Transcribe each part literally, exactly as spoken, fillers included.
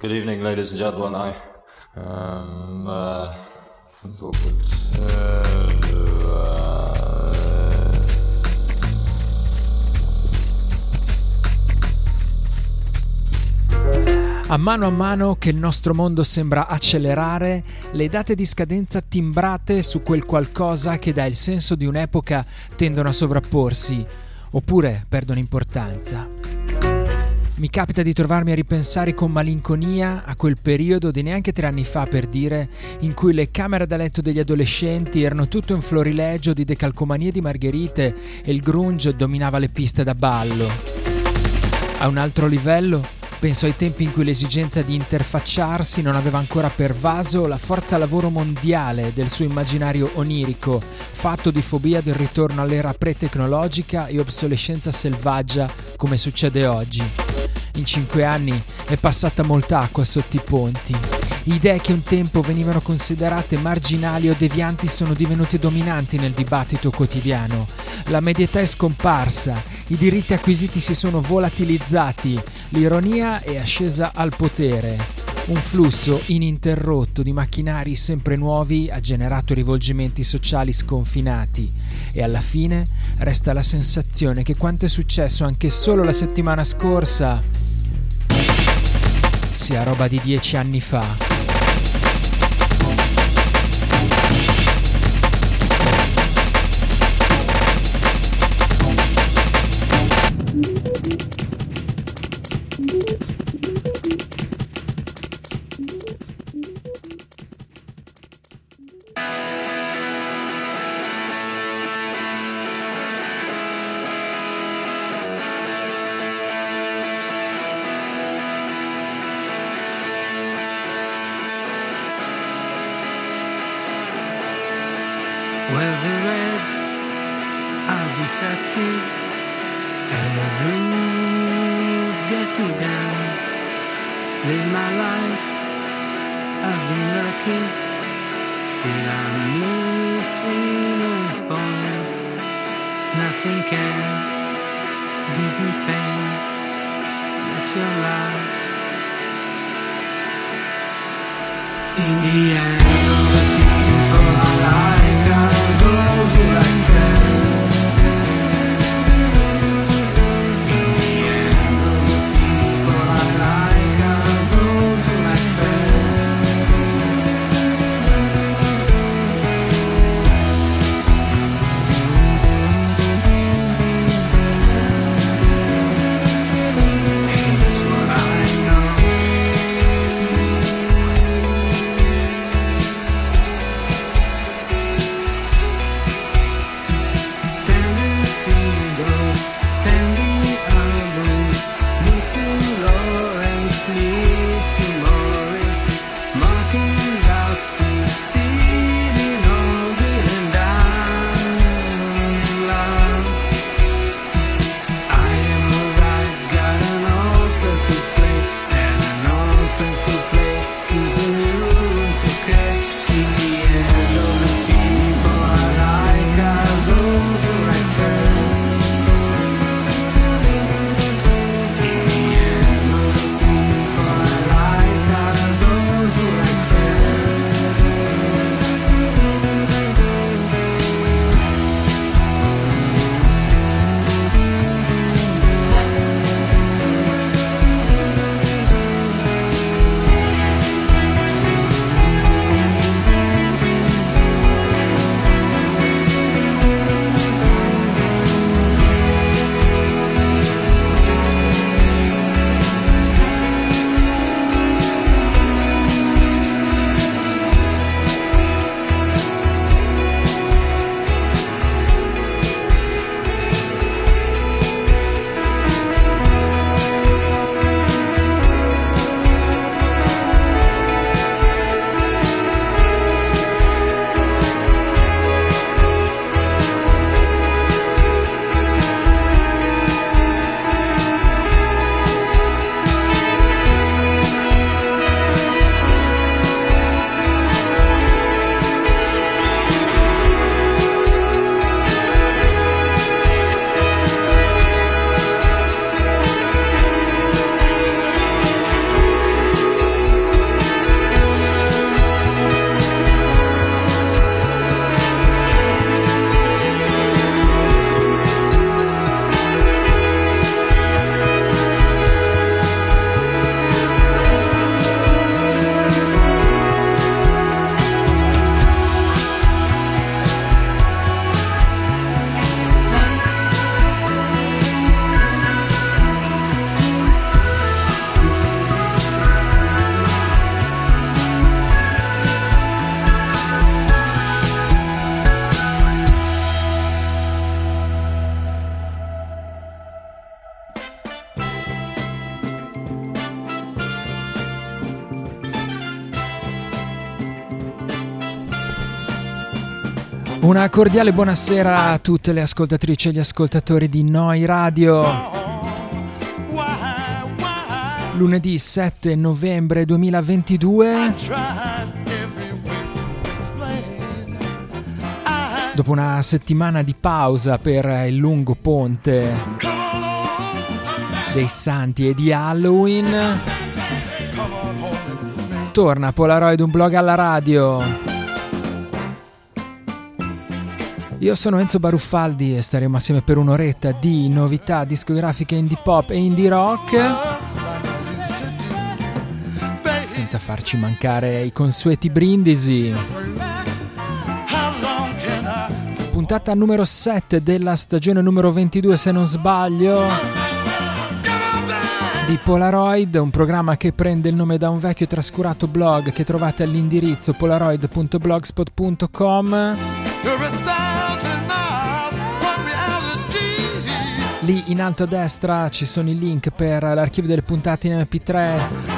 Good evening, ladies and gentlemen. I um uh, A mano a mano che il nostro mondo sembra accelerare, le date di scadenza timbrate su quel qualcosa che dà il senso di un'epoca tendono a sovrapporsi, oppure perdono importanza. Mi capita di trovarmi a ripensare con malinconia a quel periodo di neanche tre anni fa, per dire, in cui le camere da letto degli adolescenti erano tutto un florilegio di decalcomanie di margherite e il grunge dominava le piste da ballo. A un altro livello, penso ai tempi in cui l'esigenza di interfacciarsi non aveva ancora pervaso la forza lavoro mondiale del suo immaginario onirico, fatto di fobia del ritorno all'era pre-tecnologica e obsolescenza selvaggia come succede oggi. In cinque anni è passata molta acqua sotto i ponti. Idee che un tempo venivano considerate marginali o devianti sono divenute dominanti nel dibattito quotidiano. La medietà è scomparsa, i diritti acquisiti si sono volatilizzati, l'ironia è ascesa al potere. Un flusso ininterrotto di macchinari sempre nuovi ha generato rivolgimenti sociali sconfinati e alla fine resta la sensazione che quanto è successo anche solo la settimana scorsa sia roba di dieci anni fa. Well, the reds are deceptive and the blues get me down. Live my life, I've been lucky, still I'm missing a point. Nothing can give me pain, that's your life. In the end, all the people I like are those who like them. In the end, all the people I like are those who like them. Here's what I know. Una cordiale buonasera a tutte le ascoltatrici e gli ascoltatori di Noi Radio. Lunedì sette novembre duemilaventidue. Dopo una settimana di pausa per il lungo ponte dei Santi e di Halloween, torna Polaroid, un blog alla radio. Io sono Enzo Baruffaldi e staremo assieme per un'oretta di novità discografiche indie pop e indie rock, senza farci mancare i consueti brindisi. Puntata numero sette della stagione numero ventidue, se non sbaglio, di Polaroid, un programma che prende il nome da un vecchio e trascurato blog che trovate all'indirizzo polaroid punto blogspot punto com. Lì in alto a destra ci sono i link per l'archivio delle puntate in emme pi tre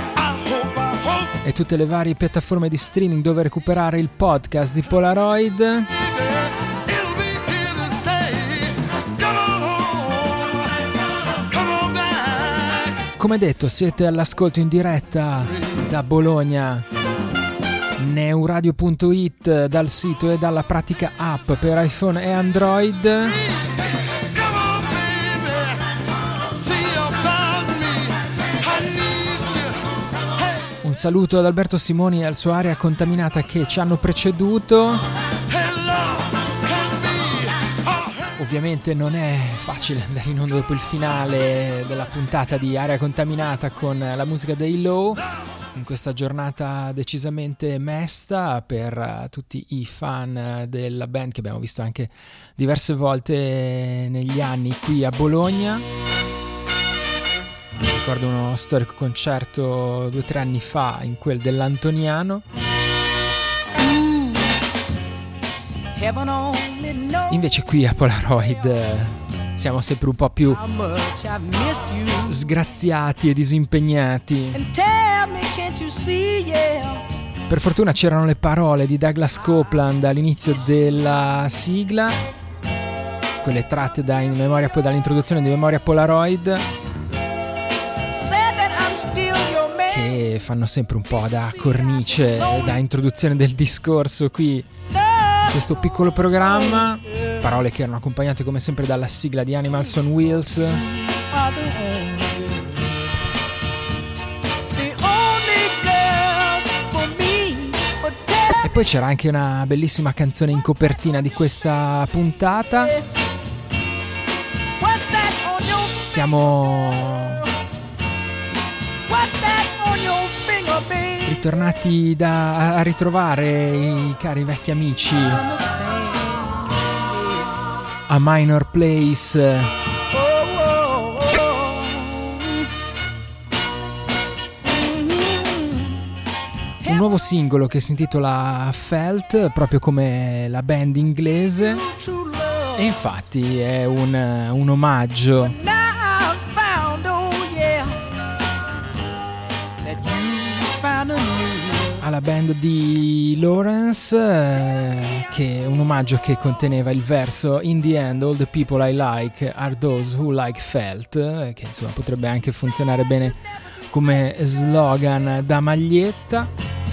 e tutte le varie piattaforme di streaming dove recuperare il podcast di Polaroid. Come detto, siete all'ascolto in diretta da Bologna, neuradio punto it, dal sito e dalla pratica app per iPhone e Android. Un saluto ad Alberto Simoni e al suo Area Contaminata che ci hanno preceduto. Ovviamente non è facile andare in onda dopo il finale della puntata di Area Contaminata con la musica dei Low, in questa giornata decisamente mesta per uh, tutti i fan della band che abbiamo visto anche diverse volte negli anni qui a Bologna. Mi ricordo uno storico concerto due o tre anni fa in quel dell'Antoniano. Invece qui a Polaroid siamo sempre un po' più sgraziati e disimpegnati. Per fortuna c'erano le parole di Douglas Copeland all'inizio della sigla, quelle tratte da in memoria, poi dall'introduzione di Memoria Polaroid, che fanno sempre un po' da cornice, da introduzione del discorso qui, questo piccolo programma. Parole che erano accompagnate come sempre dalla sigla di Animals on Wheels. E poi c'era anche una bellissima canzone in copertina di questa puntata. Siamo ritornati da, a ritrovare i cari vecchi amici A Minor Place. Un nuovo singolo che si intitola Felt, proprio come la band inglese, e infatti è un, un omaggio alla band di Lawrence, eh, che è un omaggio che conteneva il verso "In the end all the people I like are those who like felt", eh, che insomma potrebbe anche funzionare bene come slogan da maglietta.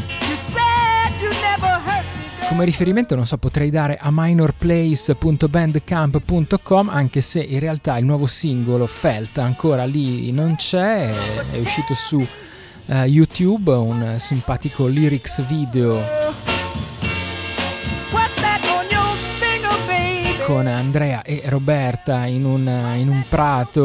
Come riferimento, non so, potrei dare a minorplace punto bandcamp punto com, anche se in realtà il nuovo singolo Felt ancora lì non c'è, è uscito su Uh, YouTube, un simpatico lyrics video con Andrea e Roberta in un, in un prato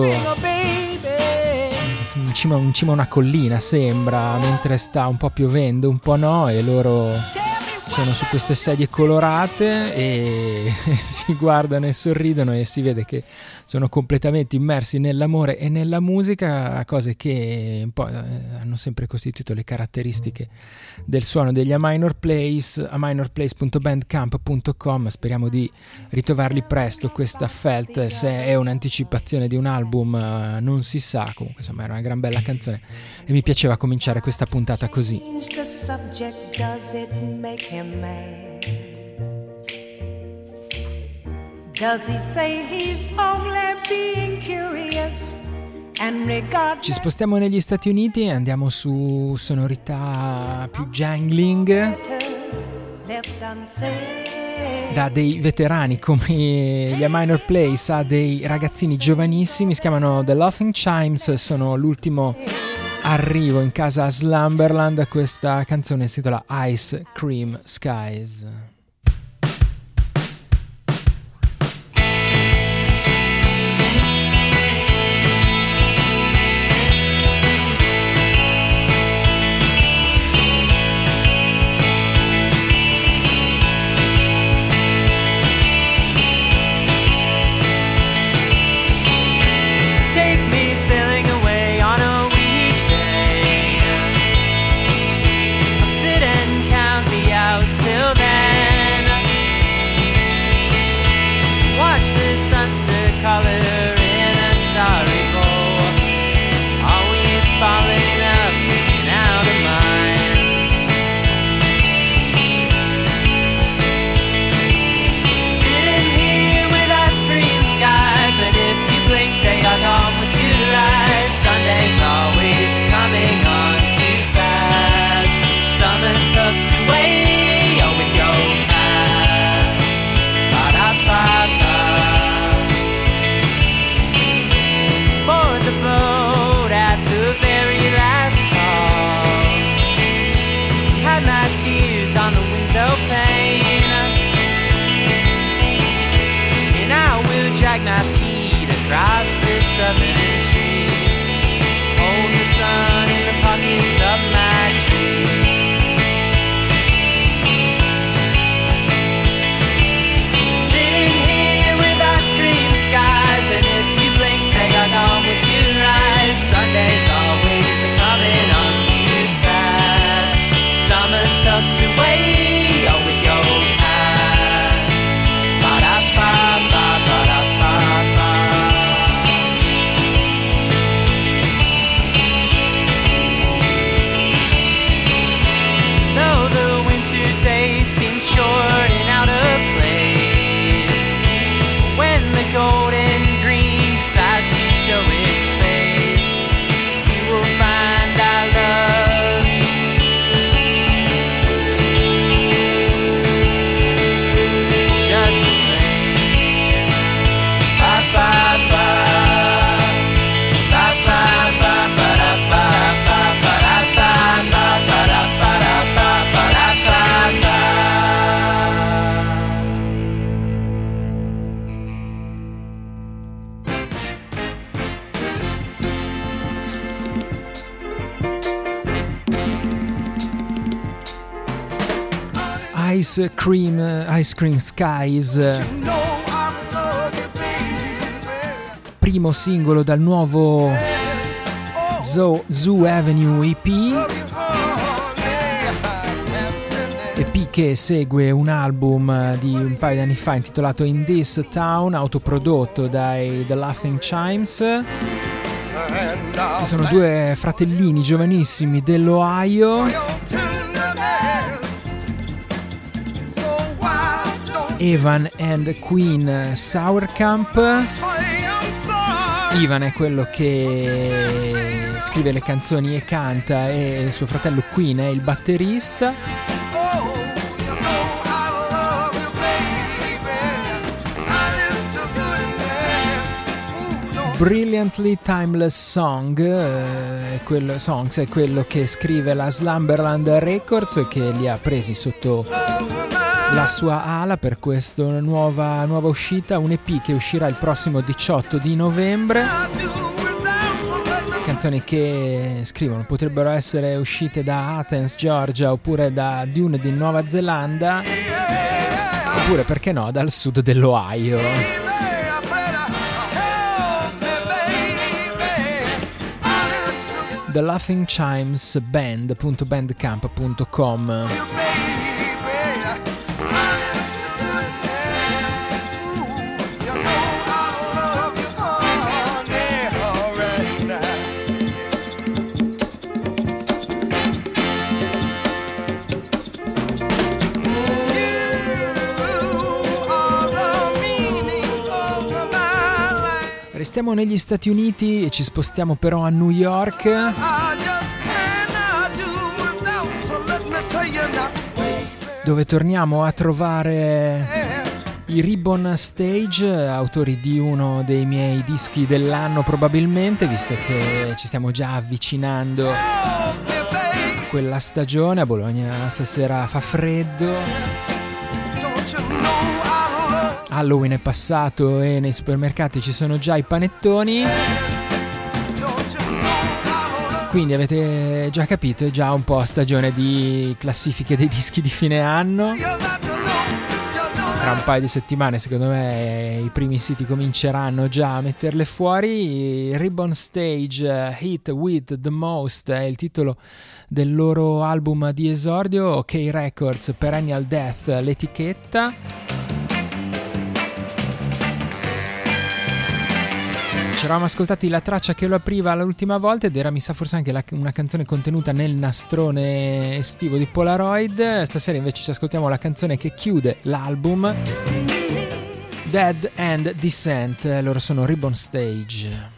in cima, in cima a una collina, sembra, mentre sta un po' piovendo, un po' no, e loro sono su queste sedie colorate e si guardano e sorridono e si vede che sono completamente immersi nell'amore e nella musica, cose che un po' hanno sempre costituito le caratteristiche del suono degli A Minor Place. a minorplace punto bandcamp punto com. Speriamo di ritrovarli presto. Questa Felt, se è un'anticipazione di un album non si sa, comunque insomma era una gran bella canzone e mi piaceva cominciare questa puntata così. Does he say he's only being curious and regardless? Ci spostiamo negli Stati Uniti e andiamo su sonorità più jangling, da dei veterani come gli A Minor Place a dei ragazzini giovanissimi. Si chiamano The Laughing Chimes, sono l'ultimo arrivo in casa Slumberland. Questa canzone si intitola Ice Cream Skies. Ice Cream, Ice Cream Skies, primo singolo dal nuovo Zoo, Zoo Avenue E P, E P che segue un album di un paio di anni fa intitolato In This Town, autoprodotto dai The Laughing Chimes, che sono due fratellini giovanissimi dell'Ohio, Evan and Queen Sauerkamp. Evan è quello che scrive le canzoni e canta, e il suo fratello Queen è il batterista. Brilliantly Timeless Song eh, è quello, Songs è quello che scrive la Slumberland Records, che li ha presi sotto la sua ala per questa nuova, nuova uscita, un E P che uscirà il prossimo diciotto di novembre. Canzoni che scrivono potrebbero essere uscite da Athens, Georgia, oppure da Dune di Nuova Zelanda, oppure, perché no, dal sud dell'Ohio. The Laughing Chimes Band punto bandcamp punto com. Restiamo negli Stati Uniti e ci spostiamo però a New York, dove torniamo a trovare i Ribbon Stage, autori di uno dei miei dischi dell'anno probabilmente, visto che ci stiamo già avvicinando a quella stagione. A Bologna stasera fa freddo, Halloween è passato e nei supermercati ci sono già i panettoni, quindi avete già capito, è già un po' stagione di classifiche dei dischi di fine anno. Tra un paio di settimane secondo me i primi siti cominceranno già a metterle fuori. Ribbon Stage, Hit With The Most è il titolo del loro album di esordio, OK Records, Perennial Death l'etichetta. Ci eravamo ascoltati la traccia che lo apriva l'ultima volta ed era, mi sa, forse anche la, una canzone contenuta nel nastrone estivo di Polaroid. Stasera invece ci ascoltiamo la canzone che chiude l'album, Dead End Descent. Loro sono Ribbon Stage.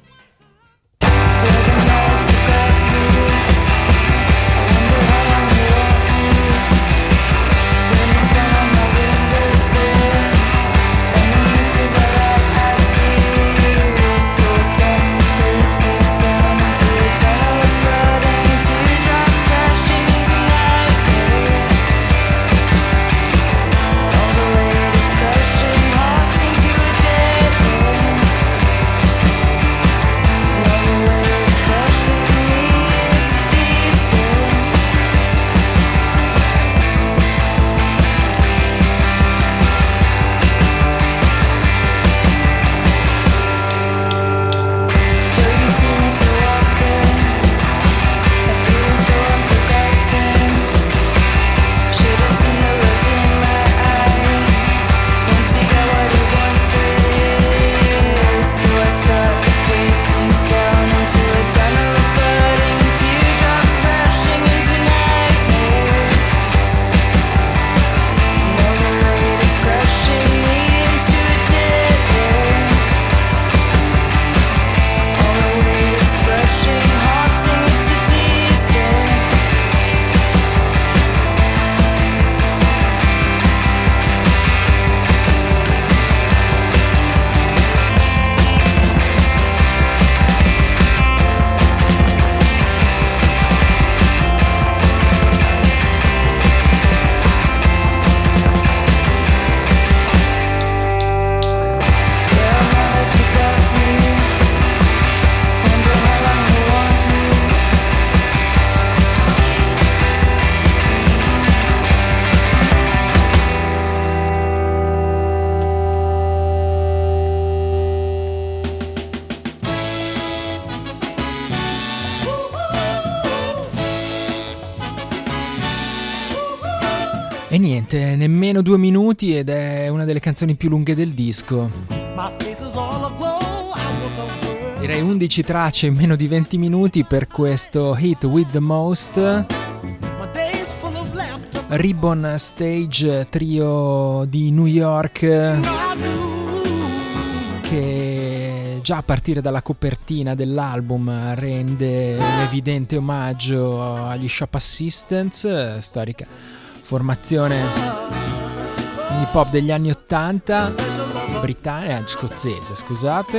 E niente, nemmeno due minuti ed è una delle canzoni più lunghe del disco. Direi undici tracce in meno di venti minuti per questo Hit With The Most. Ribbon Stage, trio di New York, che già a partire dalla copertina dell'album rende un evidente omaggio agli Shop Assistants, storica formazione hip hop degli anni ottanta, britannica, scozzese, scusate,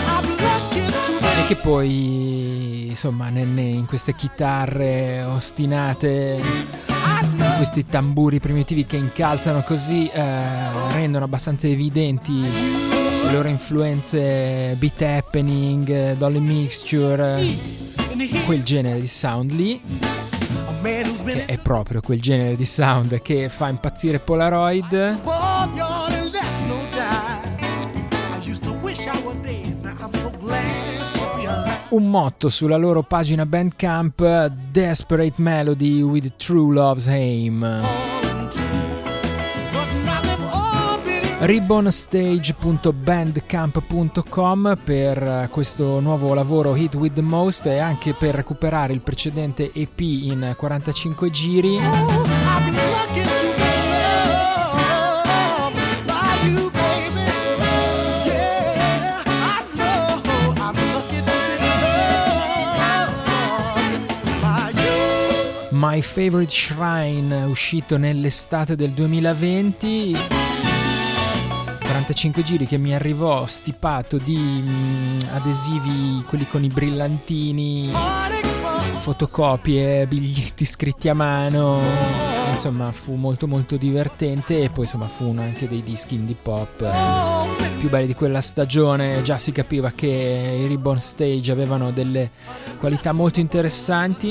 e che poi insomma in queste chitarre ostinate, questi tamburi primitivi che incalzano così, eh, rendono abbastanza evidenti le loro influenze beat happening, dolly mixture, quel genere di sound lì, che è proprio quel genere di sound che fa impazzire Polaroid. Un motto sulla loro pagina Bandcamp: Desperate Melody with True Love's Aim. ribbonstage punto bandcamp punto com per questo nuovo lavoro Hit With The Most e anche per recuperare il precedente E P in quarantacinque giri. My Favorite Shrine, uscito nell'estate del duemilaventi. quarantacinque giri che mi arrivò stipato di mh, adesivi, quelli con i brillantini, fotocopie, biglietti scritti a mano. Insomma, fu molto molto divertente. E poi insomma fu uno anche dei dischi indie pop eh, più belli di quella stagione. Già si capiva che i Ribbon Stage avevano delle qualità molto interessanti.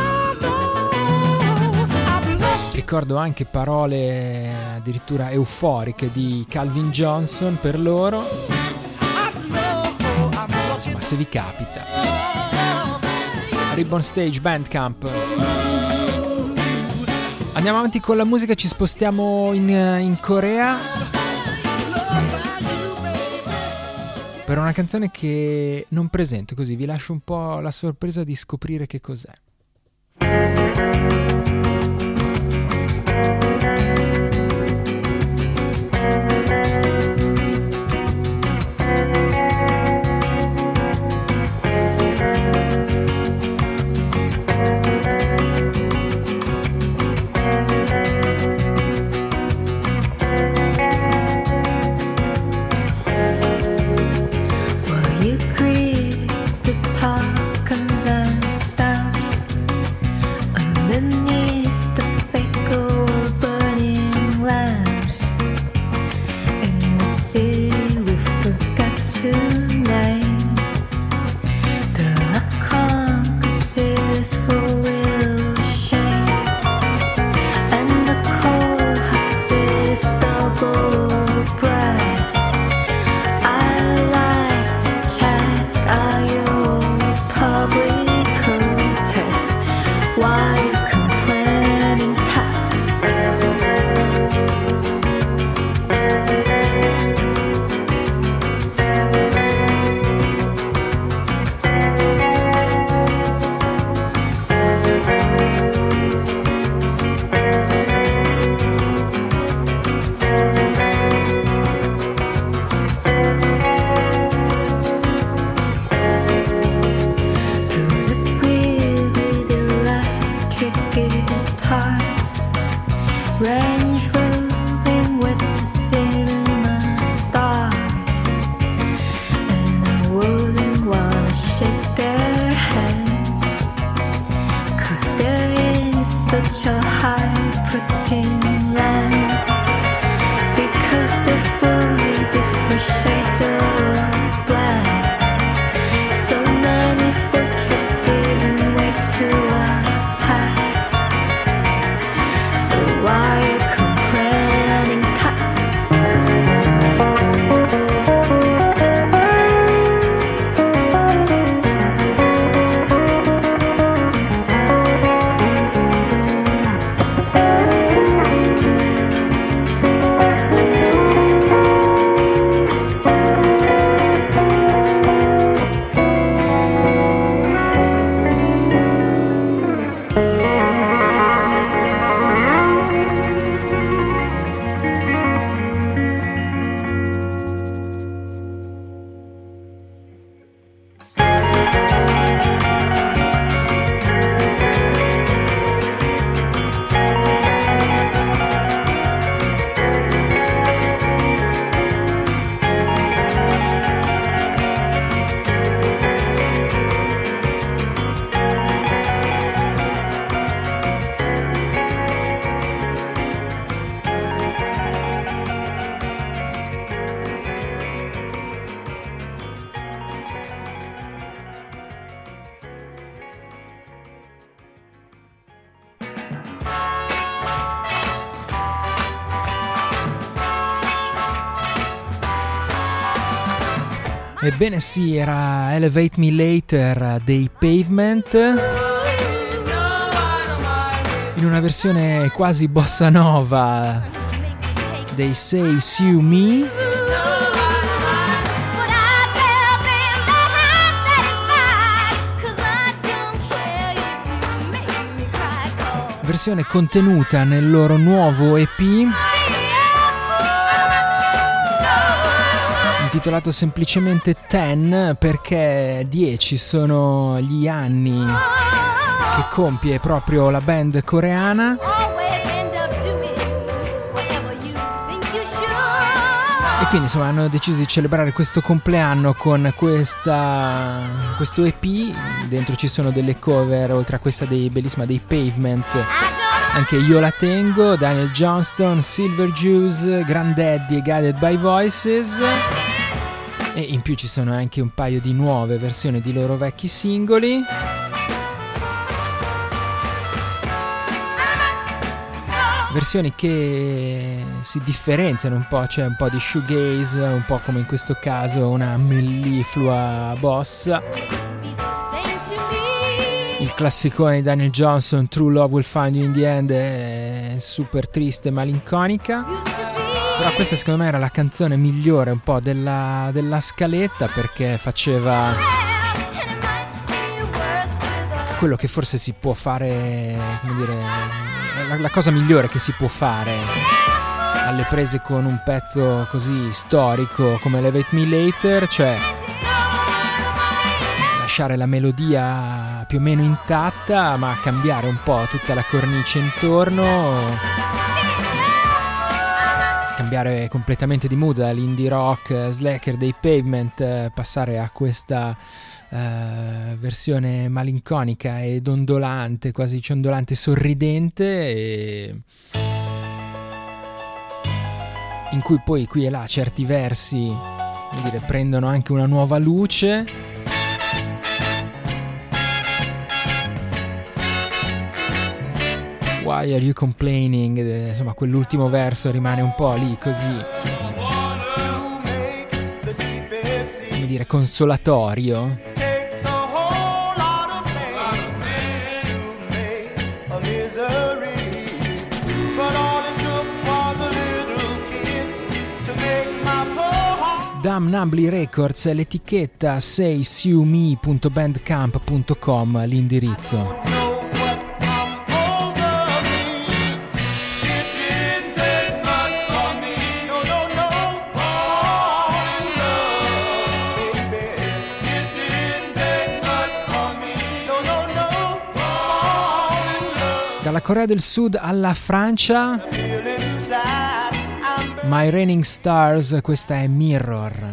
Ricordo anche parole addirittura euforiche di Calvin Johnson per loro. Insomma, se vi capita. Ribbon Stage Bandcamp. Andiamo avanti con la musica, ci spostiamo in, in Corea per una canzone che non presento, così vi lascio un po' la sorpresa di scoprire che cos'è. Ebbene sì, era Elevate Me Later dei Pavement in una versione quasi bossa nova dei Say Sue Me. Versione contenuta nel loro nuovo E P intitolato semplicemente Ten, perché dieci sono gli anni che che compie proprio la band coreana. E quindi insomma hanno deciso di celebrare questo compleanno con questa, questo E P. Dentro ci sono delle cover, oltre a questa dei bellissima dei Pavement, anche Io la tengo, Daniel Johnston, Silver Juice, Granddaddy e Guided by Voices. E in più ci sono anche un paio di nuove versioni di loro vecchi singoli. Versioni che si differenziano un po', c'è un po' di shoegaze, un po' come in questo caso una melliflua bossa. Il classicone di Daniel Johnston, True Love Will Find You in the End, è super triste e malinconica. Però questa secondo me era la canzone migliore un po' della, della scaletta, perché faceva quello che forse si può fare, come dire, la, la cosa migliore che si può fare alle prese con un pezzo così storico come Elevate Me Later, cioè lasciare la melodia più o meno intatta ma cambiare un po' tutta la cornice intorno, cambiare completamente di mood dall'indie rock slacker dei Pavement, passare a questa uh, versione malinconica ed ondolante, quasi ciondolante, sorridente, e in cui poi qui e là certi versi, come dire, prendono anche una nuova luce. Why are you complaining? Insomma, quell'ultimo verso rimane un po' lì così, come dire, consolatorio. Damnably Records è l'etichetta, say sue me punto bandcamp punto com l'indirizzo. Dalla Corea del Sud alla Francia, My Raining Stars, questa è Mirror.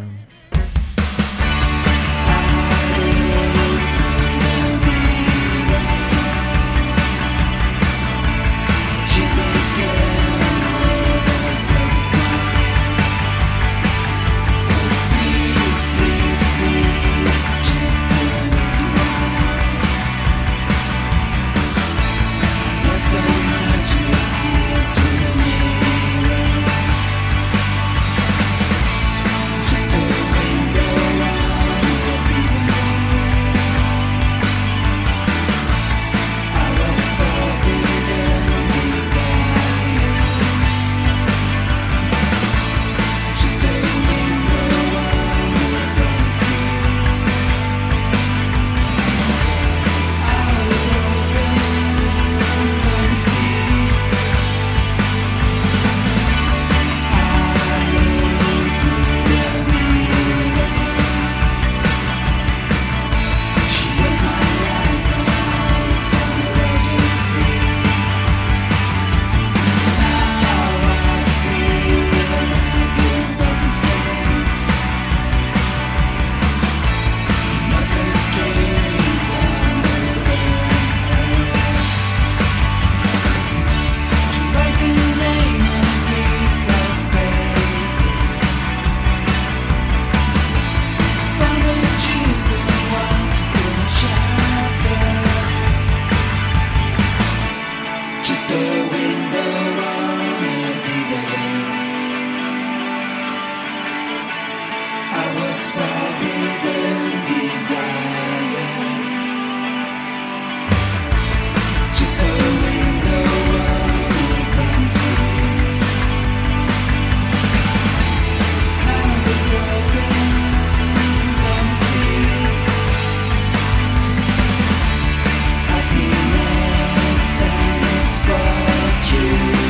You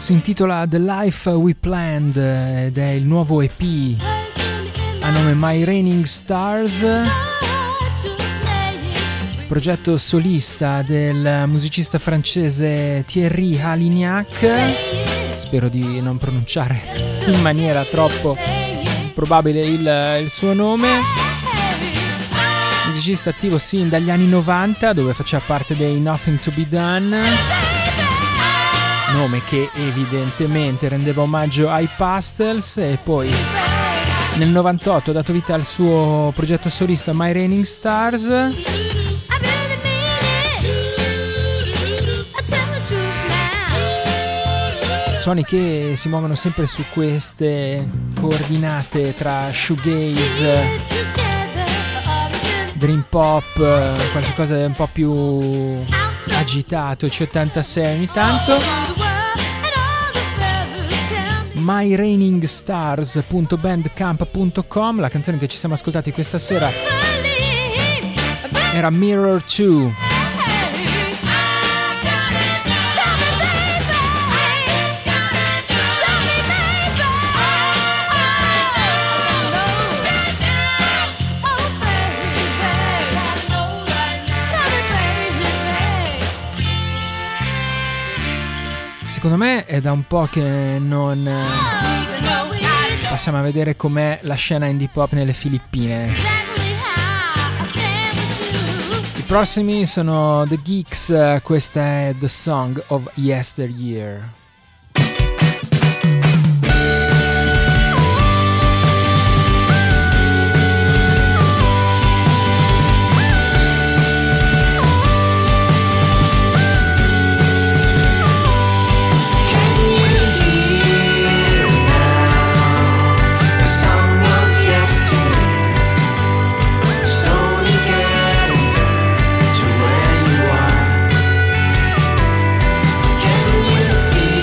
Si intitola The Life We Planned ed è il nuovo E P a nome My Raining Stars, progetto solista del musicista francese Thierry Halignac. Spero di non pronunciare in maniera troppo probabile il, il suo nome. Musicista attivo sin dagli anni novanta, dove faceva parte dei Nothing to Be Done, nome che evidentemente rendeva omaggio ai Pastels, e poi nel novantotto ha dato vita al suo progetto solista My Raining Stars. Suoni che si muovono sempre su queste coordinate tra shoegaze, dream pop, qualcosa di un po' più agitato, C ottantasei ogni tanto. my raining stars punto bandcamp punto com. La canzone che ci siamo ascoltati questa sera era Mirror due. Secondo me è da un po' che non passiamo a vedere com'è la scena indie pop nelle Filippine. I prossimi sono The Geeks, questa è The Song of Yesteryear. Feel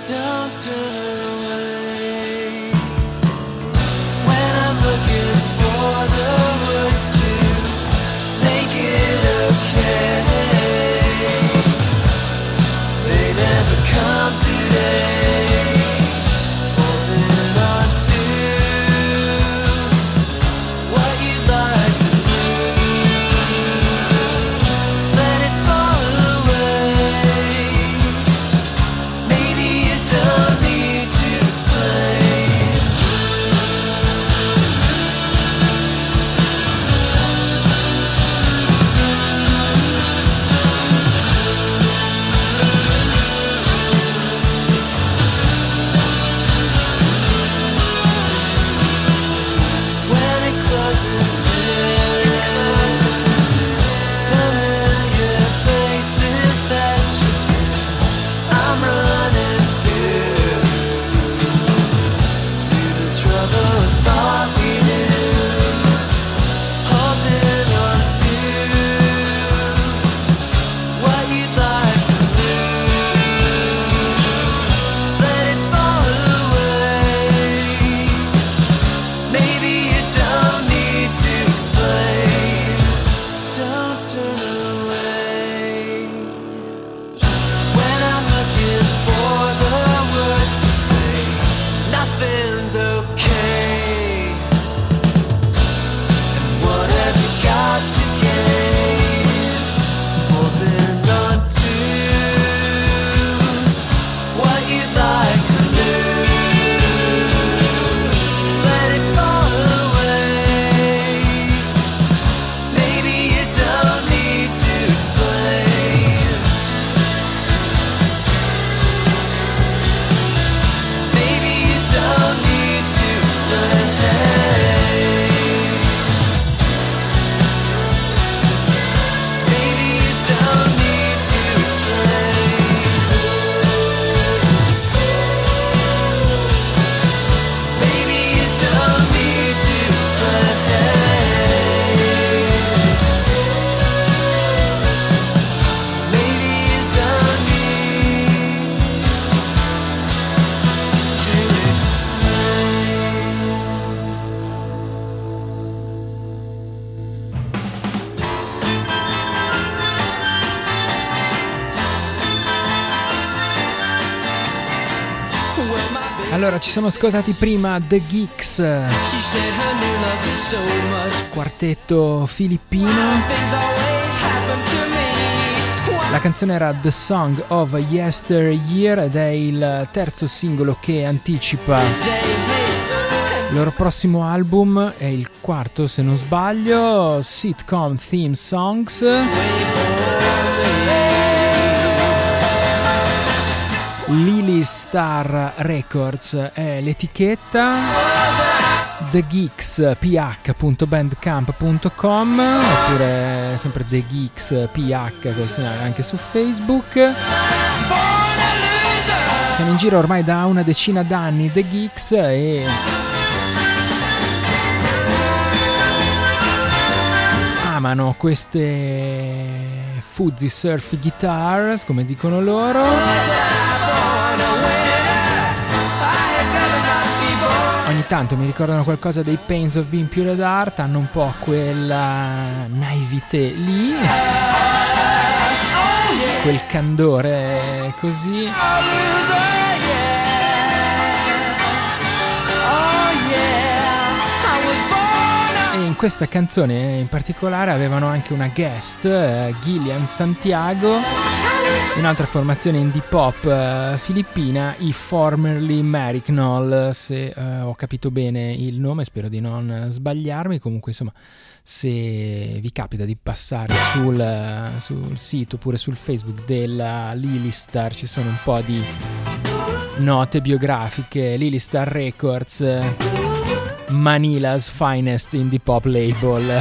Don't turn away when I'm looking for the words to make it okay. They never come today. Holding on to what you'd like to lose. Let it fall away. Maybe you don't need to explain. When it closes in, familiar places that you've been, I'm running to, to the trouble I thought we knew, holding on to what you'd like to lose. Let it fall away. Maybe you don't need to explain. Don't turn away when I'm looking for the words to say. Nothing's okay. And what have you got to gain? Holding on to what you'd like to lose. Let it fall away. Maybe you don't need to explain. Maybe you don't need to explain. Maybe you don't need to explain. Maybe you don't need to explain. Maybe you don't need to explain. Allora, ci siamo ascoltati prima The Geeks, She said her new love is so much. quartetto filippino. Things always happen to me. La canzone era The Song of Yesteryear ed è il terzo singolo che anticipa il loro prossimo album, è il quarto se non sbaglio, Sitcom Theme Songs. Lily Star Records è l'etichetta, The Geeks p h punto bandcamp punto com oppure sempre The Geeks P H col finale anche su Facebook. Sono in giro ormai da una decina d'anni The Geeks e amano queste fuzzy surf guitars, come dicono loro. Ogni tanto mi ricordano qualcosa dei Pains of Being Pure at Heart, hanno un po' quella naivete lì, quel candore così. E in questa canzone in particolare avevano anche una guest, eh, Gillian Santiago, un'altra formazione indie pop uh, filippina, i Formerly Maryknoll, se uh, ho capito bene il nome, spero di non sbagliarmi. Comunque insomma, se vi capita di passare sul, uh, sul sito oppure sul Facebook della Lily Star, ci sono un po' di note biografiche. Lily Star Records, uh, Manila's finest indie pop label.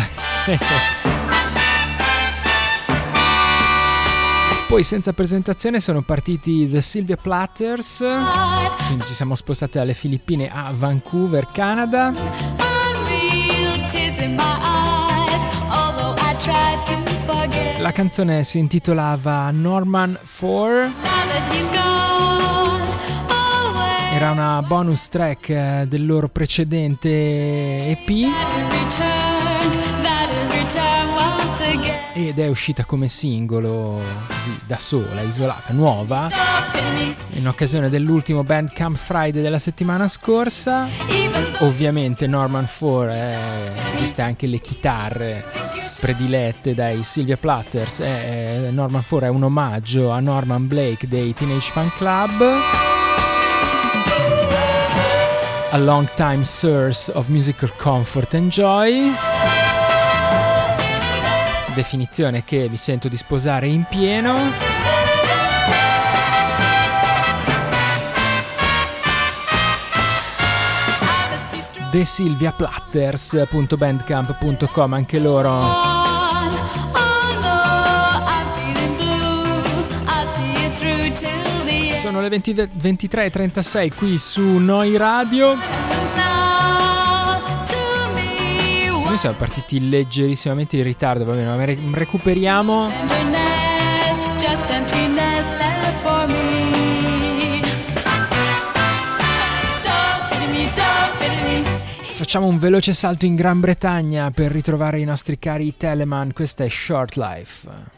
Poi senza presentazione sono partiti The Sylvia Platters, quindi ci siamo spostati dalle Filippine a Vancouver, Canada. La canzone si intitolava Norman four. bonus track eh, del loro precedente E P ed è uscita come singolo così da sola, isolata, nuova, in occasione dell'ultimo Bandcamp Friday della settimana scorsa. Ovviamente Norman Four, eh, viste anche le chitarre predilette dai Sylvia Platters, eh, Norman Four è un omaggio a Norman Blake dei Teenage Fan Club, a long time source of musical comfort and joy, definizione che mi sento di sposare in pieno. the silvia platters punto bandcamp punto com, anche loro sono le ventitré e trentasei qui su Noi Radio. Noi siamo partiti leggerissimamente in ritardo, va bene, ma re- recuperiamo. Facciamo un veloce salto in Gran Bretagna per ritrovare i nostri cari Telemann. Questa è Short Life.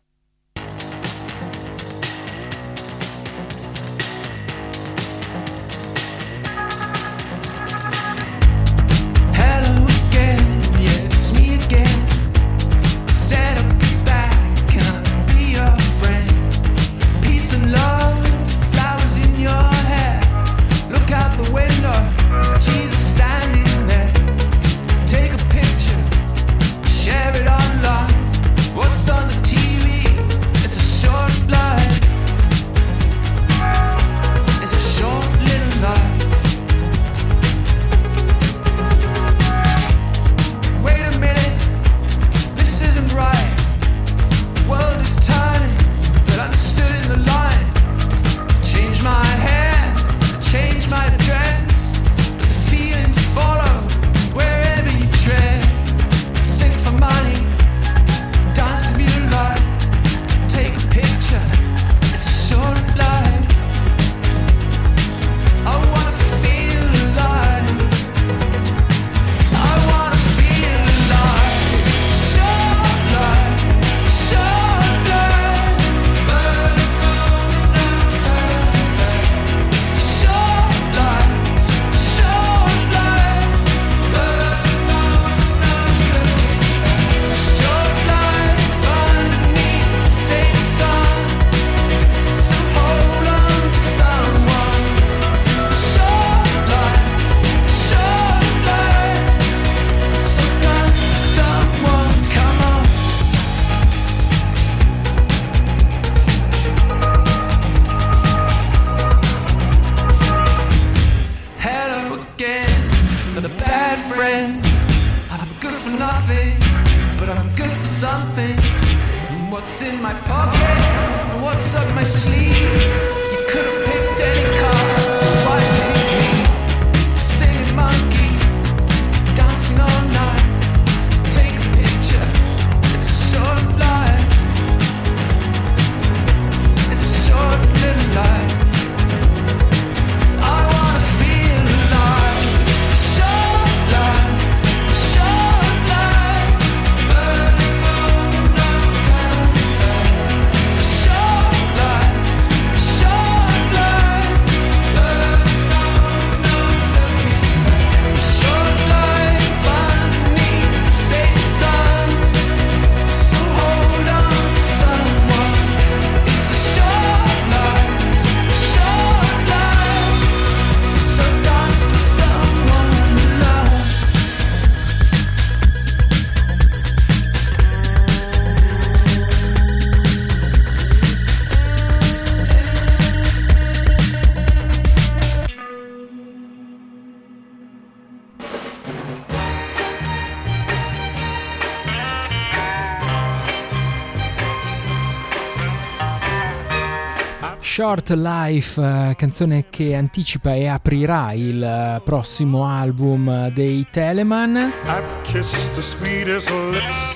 Short Life, canzone che anticipa e aprirà il prossimo album dei Telemann. I've kissed the sweetest lips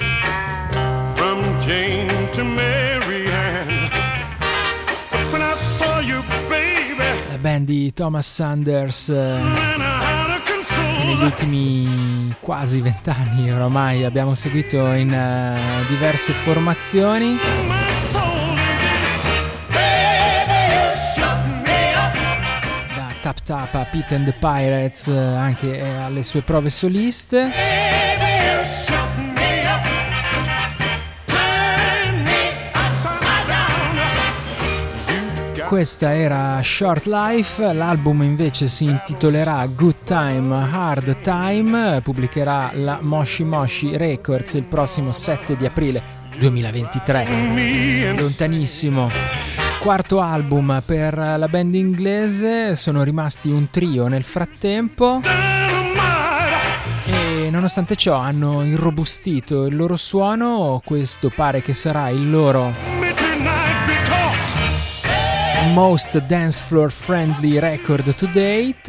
from Jane to Mary Ann. But when I saw you, baby, la band band di Thomas Sanders eh, che negli ultimi quasi vent'anni oramai abbiamo seguito in uh, diverse formazioni. Da Tap Tap a Pete and the Pirates, eh, anche eh, alle sue prove soliste. Questa era Short Life, l'album invece si intitolerà Good Time, Hard Time, pubblicherà la Moshi Moshi Records il prossimo sette di aprile duemilaventitré, lontanissimo. Quarto album per la band inglese, sono rimasti un trio nel frattempo e nonostante ciò hanno irrobustito il loro suono, questo pare che sarà il loro most dance floor friendly record to date.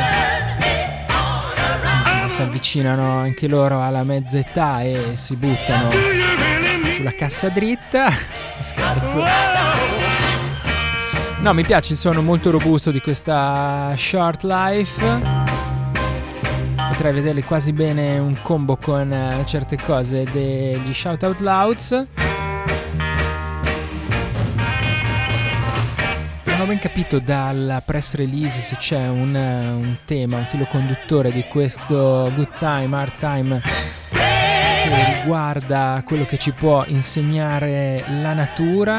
Insomma, si avvicinano anche loro alla mezza età e si buttano sulla cassa dritta. Scherzo. No, mi piace il suono molto robusto di questa Short Life. Potrei vederli quasi bene un combo con certe cose degli Shout Out Louds. Non ho ben capito dalla press release se c'è un, un tema, un filo conduttore di questo Good Time, Hard Time che riguarda quello che ci può insegnare la natura,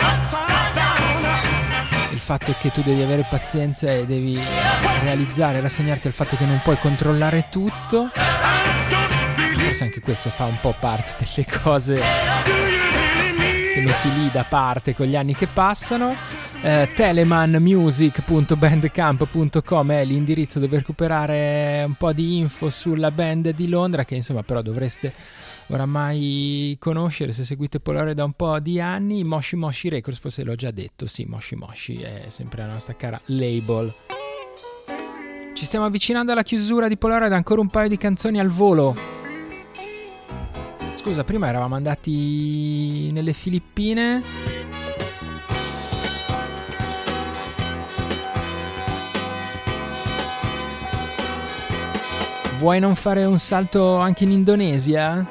il fatto che tu devi avere pazienza e devi realizzare, rassegnarti al fatto che non puoi controllare tutto. Forse anche questo fa un po' parte delle cose che metti lì da parte con gli anni che passano. eh, telemanmusic punto bandcamp punto com è l'indirizzo dove recuperare un po' di info sulla band di Londra, che insomma però dovreste oramai conoscere se seguite Polare da un po' di anni. Moshi Moshi Records, forse l'ho già detto, sì, Moshi Moshi è sempre la nostra cara label. Ci stiamo avvicinando alla chiusura di Polare, da ancora un paio di canzoni al volo. Scusa, prima eravamo andati nelle Filippine. Vuoi non fare un salto anche in Indonesia?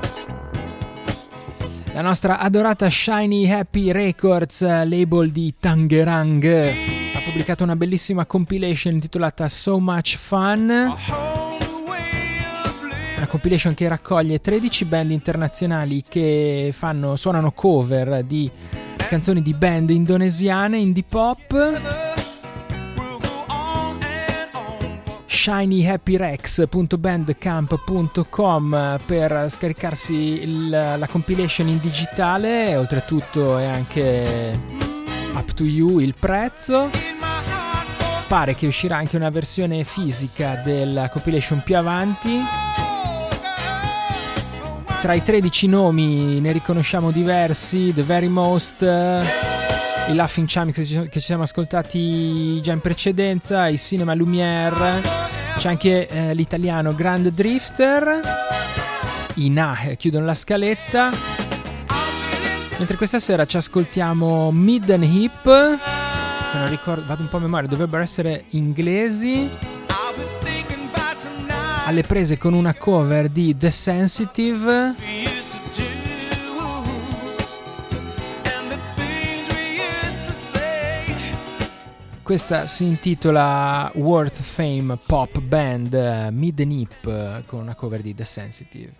La nostra adorata Shiny Happy Records, label di Tangerang, ha pubblicato una bellissima compilation intitolata So Much Fun. Una compilation che raccoglie tredici band internazionali che fanno, suonano cover di canzoni di band indonesiane, indie pop. shiny happy rex punto bandcamp punto com per scaricarsi il, la compilation in digitale, oltretutto è anche up to you il prezzo. Pare che uscirà anche una versione fisica della compilation più avanti. Tra i tredici nomi ne riconosciamo diversi: The Very Most, i Laughing Charms che ci, che ci siamo ascoltati già in precedenza, i Cinema Lumière, c'è anche eh, l'italiano Grand Drifter, i Na chiudono la scaletta, mentre questa sera ci ascoltiamo Mid and Hip, se non ricordo, vado un po' a memoria, dovrebbero essere inglesi, alle prese con una cover di The Sensitive. Questa si intitola Worth Fame Pop Band, Mid and Hip, con una cover di The Sensitive.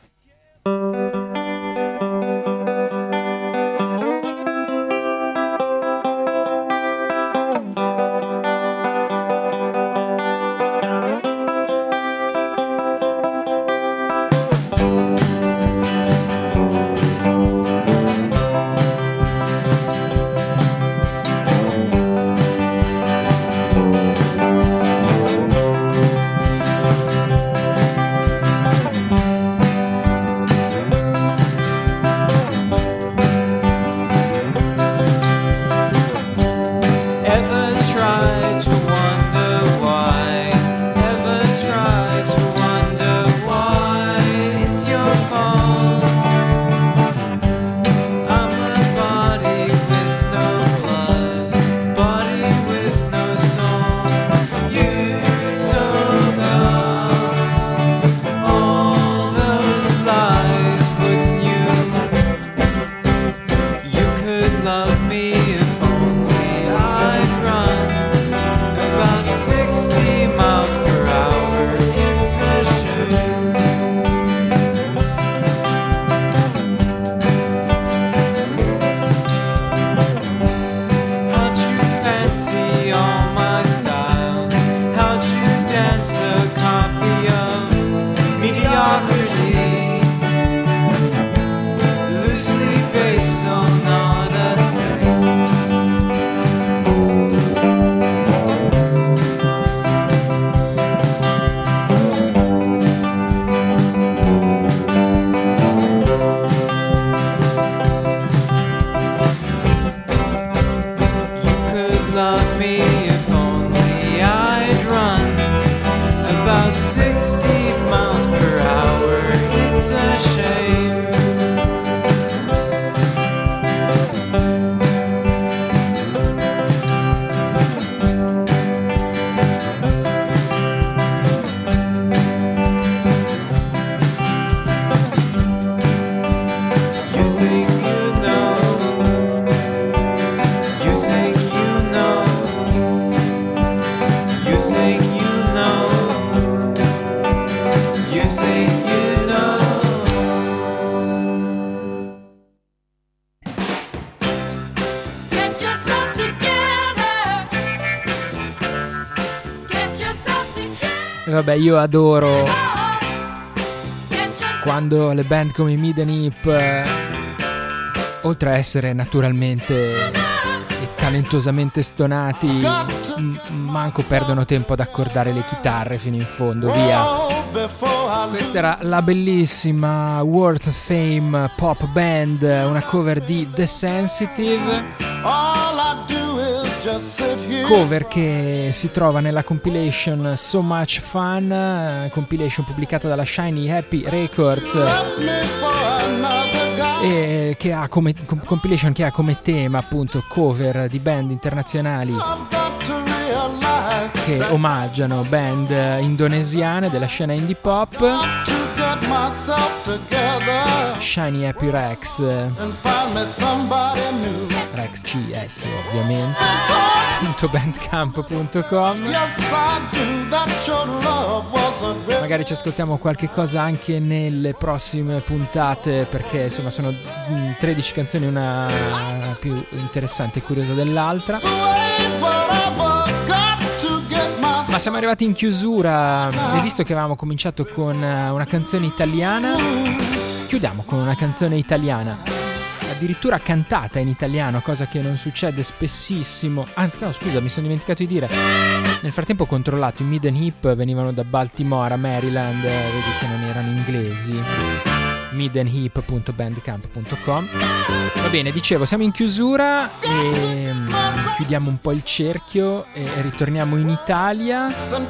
E vabbè, io adoro quando le band come i Mid and Hip, eh, oltre a essere naturalmente e talentosamente stonati, m- manco perdono tempo ad accordare le chitarre fino in fondo, via. Questa era la bellissima World of Fame Pop Band, una cover di The Sensitive, cover che si trova nella compilation So Much Fun, compilation pubblicata dalla Shiny Happy Records, e che ha come compilation che ha come tema appunto cover di band internazionali che omaggiano band indonesiane della scena indie pop. Shiny Happy Rex, Rex C S ovviamente, punto bandcamp punto com. Magari ci ascoltiamo qualche cosa anche nelle prossime puntate, perché insomma sono tredici canzoni, una più interessante e curiosa dell'altra. Ma siamo arrivati in chiusura e visto che avevamo cominciato con una canzone italiana, chiudiamo con una canzone italiana, addirittura cantata in italiano, cosa che non succede spessissimo. Anzi no, scusa, mi sono dimenticato di dire, nel frattempo ho controllato, i Mid and Hip venivano da Baltimora, Maryland, vedi che non erano inglesi. mid and hip punto bandcamp punto com. Va bene, dicevo, siamo in chiusura e chiudiamo un po' il cerchio e ritorniamo in Italia,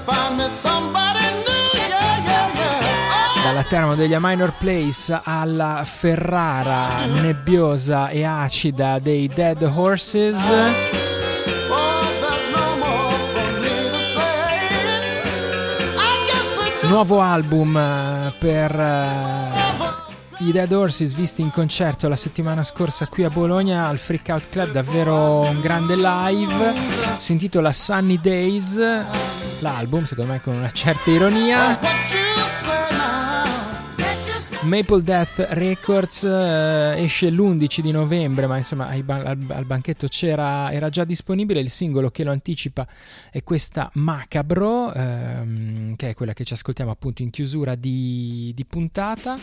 dalla Termo degli A Minor Place alla Ferrara nebbiosa e acida dei Dead Horses. Nuovo album per i Dead Horses, visti in concerto la settimana scorsa qui a Bologna al Freak Out Club, davvero un grande live. Si intitola Sunny Days l'album, secondo me con una certa ironia. Maple Death Records, eh, esce l'undici di novembre, ma insomma ai ba- al, al banchetto c'era, era già disponibile. Il singolo che lo anticipa è questa Macabro, ehm, che è quella che ci ascoltiamo appunto in chiusura di, di puntata.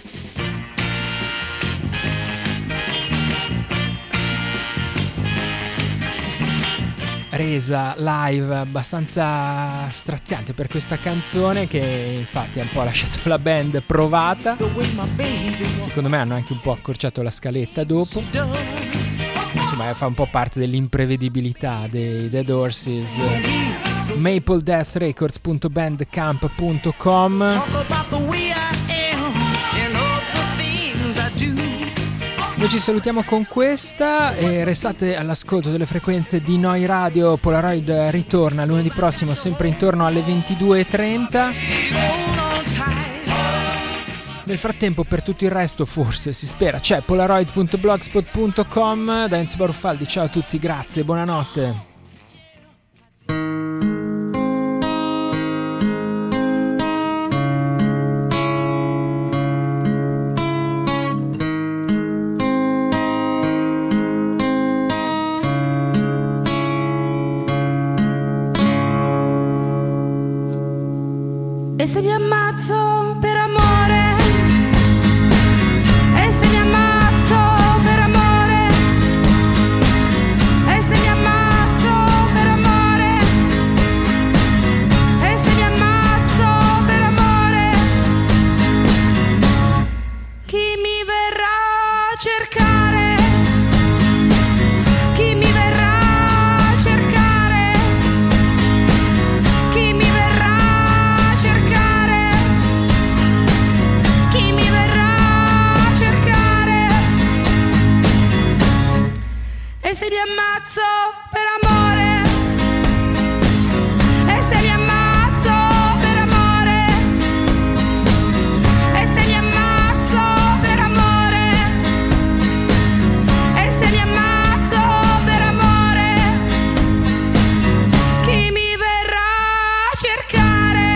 Resa live abbastanza straziante per questa canzone, che infatti ha un po' lasciato la band provata. Secondo me hanno anche un po' accorciato la scaletta dopo. Insomma, fa un po' parte dell'imprevedibilità dei Dead Horses. maple death records punto bandcamp punto com. Noi ci salutiamo con questa e restate all'ascolto delle frequenze di Noi Radio. Polaroid ritorna lunedì prossimo sempre intorno alle ventidue e trenta. Nel frattempo, per tutto il resto, forse si spera, c'è polaroid punto blogspot punto com. Da Enzo Baruffaldi, ciao a tutti, grazie, buonanotte. E se mi ammazzo per amore, e se mi ammazzo per amore, e se mi ammazzo per amore, e se mi ammazzo per amore, chi mi verrà a cercare, chi mi verrà a cercare, chi mi verrà a cercare, chi mi verrà a cercare, e se mi ammazzo per amore, e se mi ammazzo per amore, e se mi ammazzo per amore, e se mi ammazzo per amore, chi mi verrà a cercare,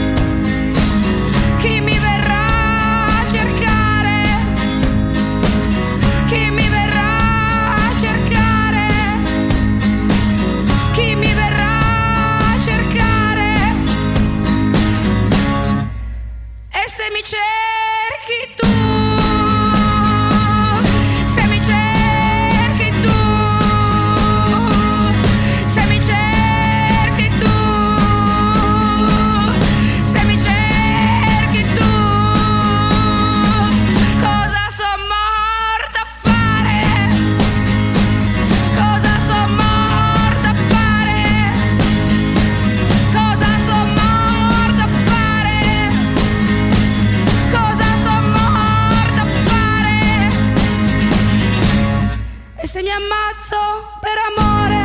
chi mi verrà a cercare, chi mi verrà a cercare, mi cerchi tu, se mi cerchi tu, se mi cerchi tu, se mi cerchi tu, cosa son morta a fare, cosa son morta a fare, cosa son morta a fare, cosa son morta a fare. E se mi ammazzo per amore,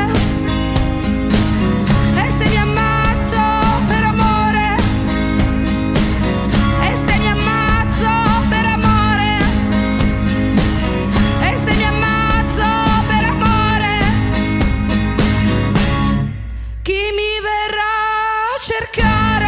e se mi ammazzo per amore, e se mi ammazzo per amore, e se mi ammazzo per amore, chi mi verrà a cercare?